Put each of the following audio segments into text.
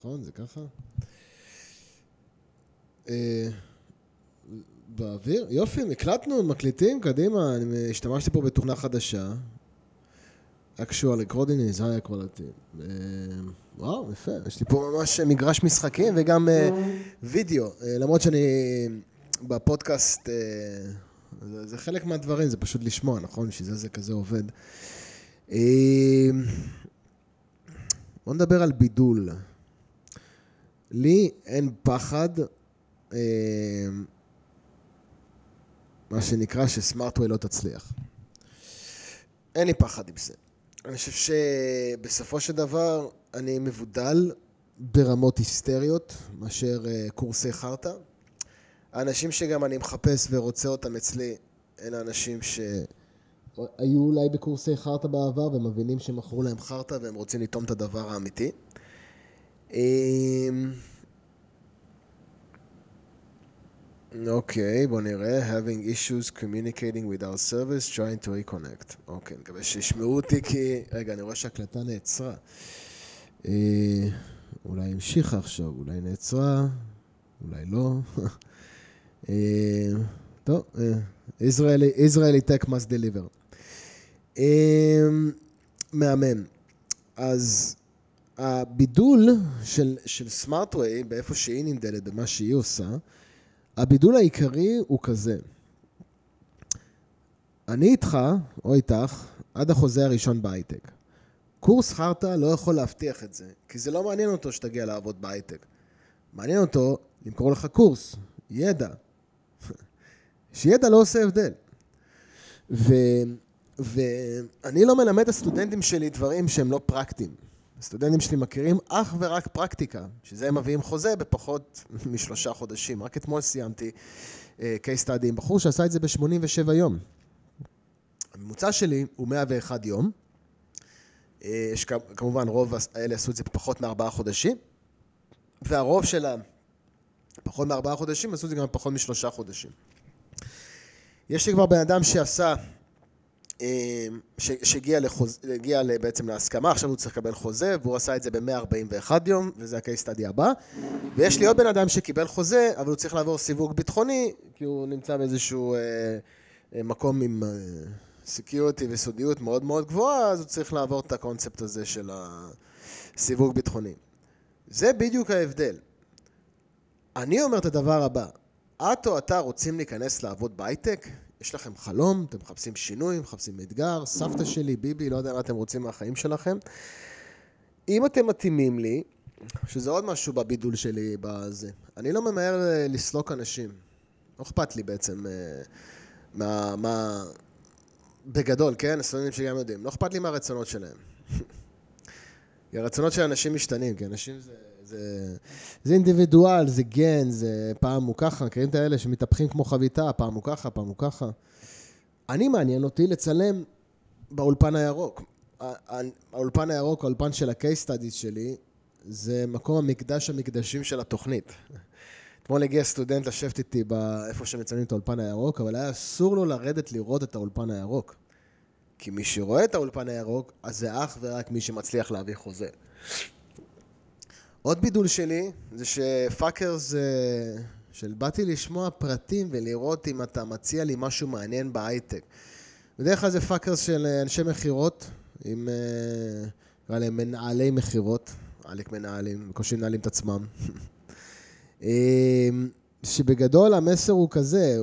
נכון? זה ככה? באוויר? יופי, מקלטנו, מקליטים, קדימה, אני השתמשתי פה בתוכנה חדשה. actual recording is high quality. וואו, יפה, יש לי פה ממש מגרש משחקים וגם וידאו, למרות שאני בפודקאסט, זה חלק מהדברים, זה פשוט לשמוע, נכון? שזה זה כזה עובד. בוא נדבר על בידול. לי אין פחד, מה שנקרא שסמארטווי לא תצליח. אין לי פחד עם זה. אני חושב שבסופו של דבר אני מבודל ברמות היסטריות, מאשר קורסי חרטה. האנשים שגם אני מחפש ורוצה אותם אצלי, הם האנשים שהיו אולי בקורסי חרטה בעבר, ומבינים שמכרו להם חרטה והם רוצים לטעום את הדבר האמיתי. אוקיי, בוא נראה. Having issues communicating without service, trying to reconnect. אוקיי, מקווה שישמעו אותי כי... רגע, אני רואה שהקלטה נעצרה. אולי המשיכה עכשיו, אולי נעצרה, אולי לא. טוב, Israeli tech must deliver. מהמם. אז הבידול של סמארטווי, באיפה שהיא נמדדת, במה שהיא עושה, הבידול העיקרי הוא כזה. אני איתך, או איתך, עד החוזה הראשון בהייטק. קורס חרטה לא יכול להבטיח את זה, כי זה לא מעניין אותו שתגיע לעבוד בהייטק. מעניין אותו למכור לך קורס, ידע. שידע לא עושה הבדל. ואני לא מלמד את הסטודנטים שלי דברים שהם לא פרקטיים. הסטודנטים שלי מכירים אך ורק פרקטיקה, שזה הם מביאים חוזה בפחות מ3 חודשים. רק אתמול סיימתי case study עם בחור שעשה את זה ב87 יום. הממוצע שלי הוא 101 יום. יש כמובן רוב האלה עשו את זה בפחות מ4 חודשים, והרוב של פחות מ4 חודשים עשו את זה גם בפחות מ3 חודשים. יש לי כבר בן אדם שעשה, שהגיע בעצם להסכמה, עכשיו הוא צריך לקבל חוזה, והוא עשה את זה ב141 יום, וזה הקייס סטאדי הבא. ויש לי עוד בן אדם שקיבל חוזה, אבל הוא צריך לעבור סיווג ביטחוני, כי הוא נמצא באיזשהו מקום עם סקיוריטי וסודיות מאוד מאוד גבוהה, אז הוא צריך לעבור את הקונספט הזה של הסיווג ביטחוני. זה בדיוק ההבדל. אני אומר את הדבר הבא, את או אתה רוצים להיכנס לעבוד בהייטק? יש לכם חלום, אתם מחפשים שינוי, מחפשים אתגר, סבתא שלי, ביבי, לא יודע מה אתם רוצים מהחיים שלכם. אם אתם מתאימים לי, שזה עוד משהו בבידול שלי בזה, אני לא ממהר לסלוק אנשים. לא אכפת לי בעצם בגדול, כן? הסטודנטים שגם יודעים. לא אכפת לי מהרצונות שלהם. הרצונות של אנשים משתנים, כי אנשים זה אינדיבידואל, זה גן, זה פעם הוא ככה, מכירים את האלה שמתהפכים כמו חביתה, פעם הוא ככה, פעם הוא ככה. אני מעניין אותי לצלם באולפן הירוק. האולפן הירוק, האולפן של ה-case studies שלי, זה מקום המקדשים של התוכנית. אתמול הגיע סטודנט לשבת איתי באיפה שמצלמים את האולפן הירוק, אבל היה אסור לו לרדת לראות את האולפן הירוק. כי מי שרואה את האולפן הירוק, אז זה אך ורק מי שמצליח להביא חוזה. עוד בידול שלי זה שפאקרס של באתי לשמוע פרטים ולראות אם אתה מציע לי משהו מעניין בהייטק. בדרך כלל זה פאקרס של אנשי מחירות, עם מנהלי מחירות, עלק מנהלים, בקושי מנהלים את עצמם. שבגדול המסר הוא כזה,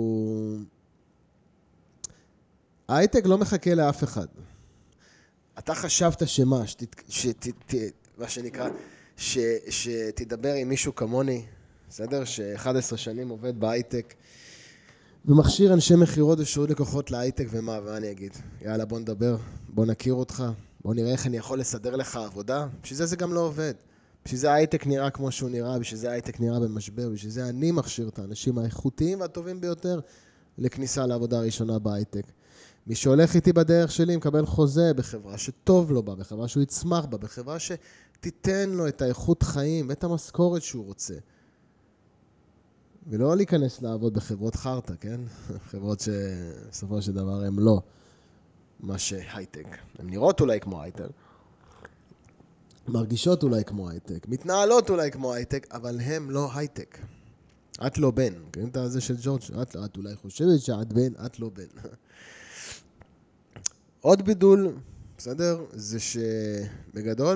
ההייטק לא מחכה לאף אחד. אתה חשבת שמה, מה שנקרא, שתדבר עם מישהו כמוני, בסדר? ש11 שנים עובד בהייטק, ומכשיר אנשי מחירות ושירות לקוחות להייטק, ומה אני אגיד? יאללה, בוא נדבר, בוא נכיר אותך, בוא נראה איך אני יכול לסדר לך עבודה. בשביל זה גם לא עובד. בשביל זה ההייטק נראה כמו שהוא נראה, בשביל זה ההייטק נראה במשבר, בשביל זה אני מכשיר את האנשים האיכותיים והטובים ביותר לכניסה לעבודה הראשונה בהייטק. מי שהולך איתי בדרך שלי מקבל חוזה בחברה שטוב לו בה, בחברה שהוא יצמח בה, בחברה שתיתן לו את האיכות חיים ואת המשכורת שהוא רוצה. ולא להיכנס לעבוד בחברות חרטה, כן? חברות שבסופו של דבר הם לא מה שהייטק. הן נראות אולי כמו הייטק. מרגישות אולי כמו הייטק, מתנהלות אולי כמו הייטק, אבל הם לא הייטק. את לא בן. כן, את הזה של ג'ורג', את אולי חושבת שאת בן, את לא בן. עוד בידול, בסדר? זה שבגדול,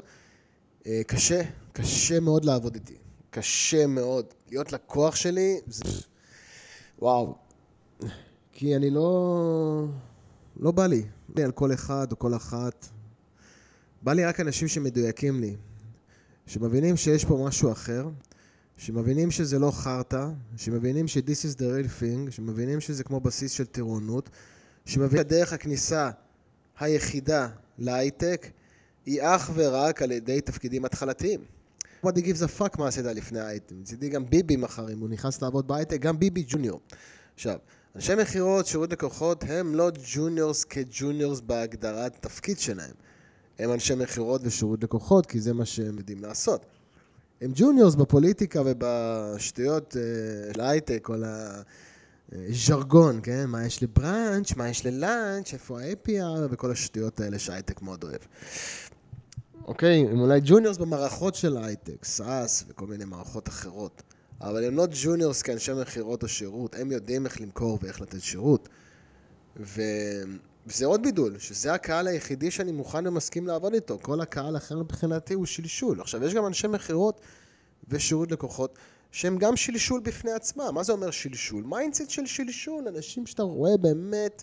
קשה מאוד לעבוד איתי. קשה מאוד. להיות לקוח שלי, זה... וואו. כי אני לא בא לי. על כל אחד או כל אחת. בא לי רק אנשים שמדויקים לי. שמבינים שיש פה משהו אחר. שמבינים שזה לא חרטה. שמבינים ש-this is the real thing. שמבינים שזה כמו בסיס של טירונות. שמבינים שדרך הכניסה היחידה להייטק היא אך ורק על ידי תפקידים התחלתיים. What he gives a fuck מה עשית לפני ההייטק. מצידי גם ביבי מחר, אם הוא נכנס לעבוד בהייטק, גם ביבי ג'וניור. עכשיו, אנשי מחירות, שירות לקוחות, הם לא ג'וניורס כג'וניורס בהגדרת תפקיד שלהם. הם אנשי מחירות ושירות לקוחות, כי זה מה שהם יודעים לעשות. הם ג'וניורס בפוליטיקה ובשטויות להייטק, כל הז'רגון, כן? מה יש לבראנץ', מה יש ללאנץ', איפה ה-APR, וכל השטויות האלה שההייטק מאוד אוהב. אוקיי, הם אולי ג'וניורס במערכות של ההייטק, סאס וכל מיני מערכות אחרות. אבל הם לא ג'וניורס כאנשי מחירות או שירות, הם יודעים איך למכור ואיך לתת שירות. וזה עוד בידול, שזה הקהל היחידי שאני מוכן ומסכים לעבוד איתו. כל הקהל אחר מבחינתי הוא שלשול. עכשיו, יש גם אנשי מחירות ושירות לקוחות שהם גם שלשול בפני עצמם. מה זה אומר שלשול? מיינדסט של שלשול, אנשים שאתה רואה באמת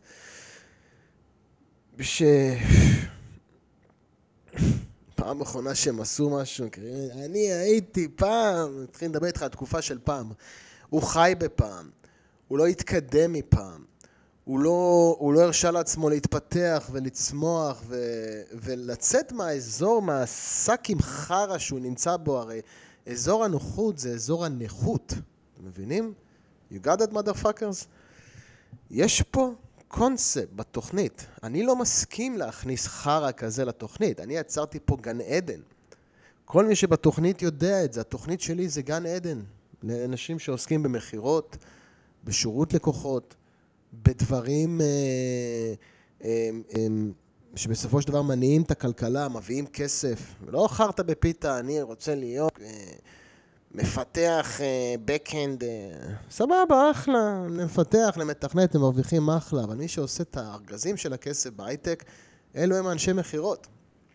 פעם אחרונה שהם עשו משהו, אני הייתי פעם, התחיל לדבר איתך על תקופה של פעם. הוא חי בפעם, הוא לא התקדם מפעם, הוא לא הרשה לעצמו להתפתח ולצמוח ולצאת מהאזור, מהשק עם חרה שהוא נמצא בו, הרי אזור הנוחות זה אזור הנכות, אתם מבינים? You got that motherfuckers? יש פה קונספט בתוכנית. אני לא מסכים להכניס חרה כזה לתוכנית. אני יצרתי פה גן עדן. כל מי שבתוכנית יודע את זה. התוכנית שלי זה גן עדן. לאנשים שעוסקים במחירות, בשירות לקוחות, בדברים שבסופו של דבר מניעים את הכלכלה, מביאים כסף. לא חרת בפיתה, אני רוצה להיות מפתח backend, סבבה, אחלה, מפתח, למתכנת, הם מרוויחים אחלה, אבל מי שעושה את הארגזים של הכסף בהייטק, אלו הם אנשי מחירות.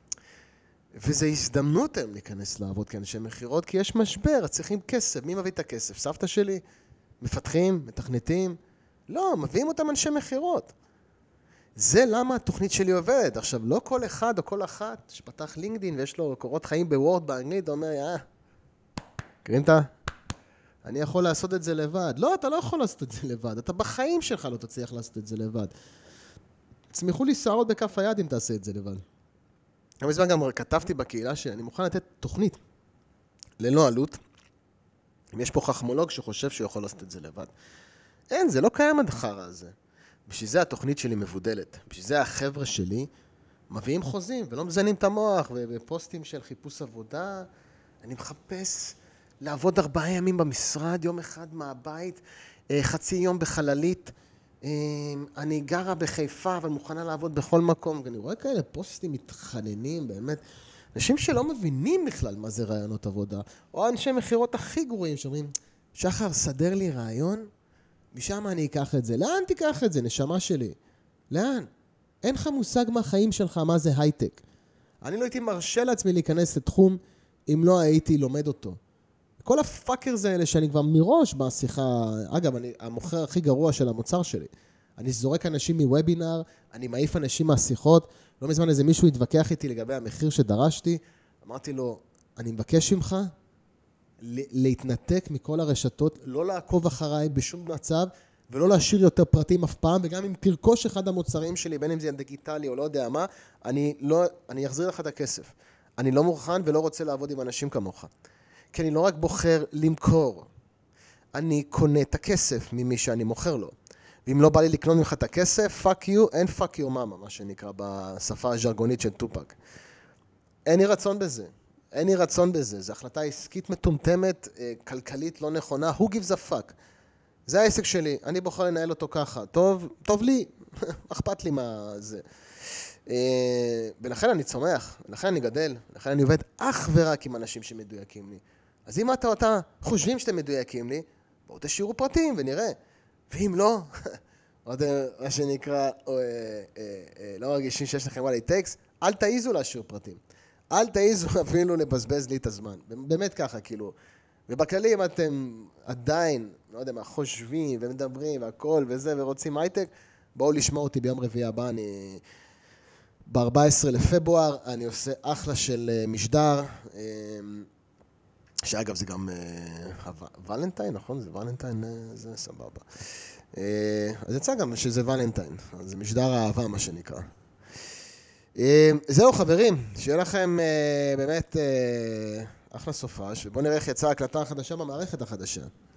וזו הזדמנות הם להיכנס לעבוד כאנשי מחירות, כי יש משבר, אז צריכים כסף. מי מביא את הכסף? סבתא שלי? מפתחים? מתכנתים? לא, מביאים אותם אנשי מחירות. זה למה התוכנית שלי עובדת. עכשיו, לא כל אחד או כל אחת שפתח לינקדין ויש לו קורות חיים בוורד באנגלית, אומר, קוראים אתה? אני יכול לעשות את זה לבד. לא, אתה לא יכול לעשות את זה לבד. אתה בחיים שלך לא תצליח לעשות את זה לבד. תשמחו לי שערות בכף היד אם תעשה את זה לבד. אבל בזמן גם כתבתי בקהילה שאני מוכן לתת תוכנית ללא עלות. אם יש פה חכמולוג שחושב שהוא יכול לעשות את זה לבד. אין, זה לא קיים הדחרה הזה. בשביל זה התוכנית שלי מבודלת. בשביל זה החבר'ה שלי מביאים חוזים ולא מזנים את המוח. ובפוסטים של חיפוש עבודה, אני מחפש לעבוד 4 ימים במשרד, יום אחד מהבית, חצי יום בחללית. אני גרה בחיפה, אבל מוכנה לעבוד בכל מקום. אני רואה כאלה פוסטים מתחננים, באמת. אנשים שלא מבינים בכלל מה זה רעיונות עבודה. או אנשי מחירות הכי גרועים שאומרים, שחר, סדר לי רעיון, משם אני אקח את זה. לאן תיקח את זה, נשמה שלי? לאן? אין לך מושג מהחיים שלך, מה זה הייטק. אני לא הייתי מרשה לעצמי להיכנס לתחום אם לא הייתי לומד אותו. כל הפאקרס האלה שאני כבר מראש בשיחה, אגב, אני המוכר הכי גרוע של המוצר שלי. אני זורק אנשים מוובינר, אני מעיף אנשים מהשיחות, לא מזמן איזה מישהו התווכח איתי לגבי המחיר שדרשתי, אמרתי לו, אני מבקש ממך להתנתק מכל הרשתות, לא לעקוב אחריי בשום מצב, ולא להשאיר יותר פרטים אף פעם, וגם אם תרכוש אחד המוצרים שלי, בין אם זה דיגיטלי או לא יודע מה, אני אחזיר לך את הכסף. אני לא מוכן ולא רוצה לעבוד עם אנשים כמוך. כי אני לא רק בוחר למכור, אני קונה את הכסף ממי שאני מוכר לו. ואם לא בא לי לקנות ממך את הכסף, fuck you and fuck your mama, מה שנקרא בשפה הז'רגונית של טופק. אין לי רצון בזה. אין לי רצון בזה. זו החלטה עסקית מטומטמת, כלכלית לא נכונה. Who gives a fuck? זה העסק שלי. אני בוחר לנהל אותו ככה. טוב לי. אכפת לי מה זה. ולכן אני צומח, לכן אני גדל, לכן אני עובד אך ורק עם אנשים שמדויקים לי. אז אם אתה חושבים שאתם מדויקים לי, בואו תשאירו פרטים ונראה. ואם לא, עוד מה שנקרא, לא מרגישים שיש לכם וואלי טקסט, אל תעיזו להשאיר פרטים. אל תעיזו אפילו לבזבז לי את הזמן. באמת ככה, כאילו. ובכללי, אם אתם עדיין, לא יודע מה, חושבים ומדברים והכל וזה, ורוצים הייטק, בואו לשמוע אותי ביום רביעי הבא, ב-14 לפברואר, אני עושה אחלה של משדר, שאגב זה גם ולנטיין, נכון? זה ולנטיין, זה סבבה. אז יצא גם שזה ולנטיין, זה משדר האהבה, מה שנקרא. זהו חברים, שיהיה לכם באמת אחלה סופש, ובואו נראה איך יצאה הקלטה החדשה במערכת החדשה.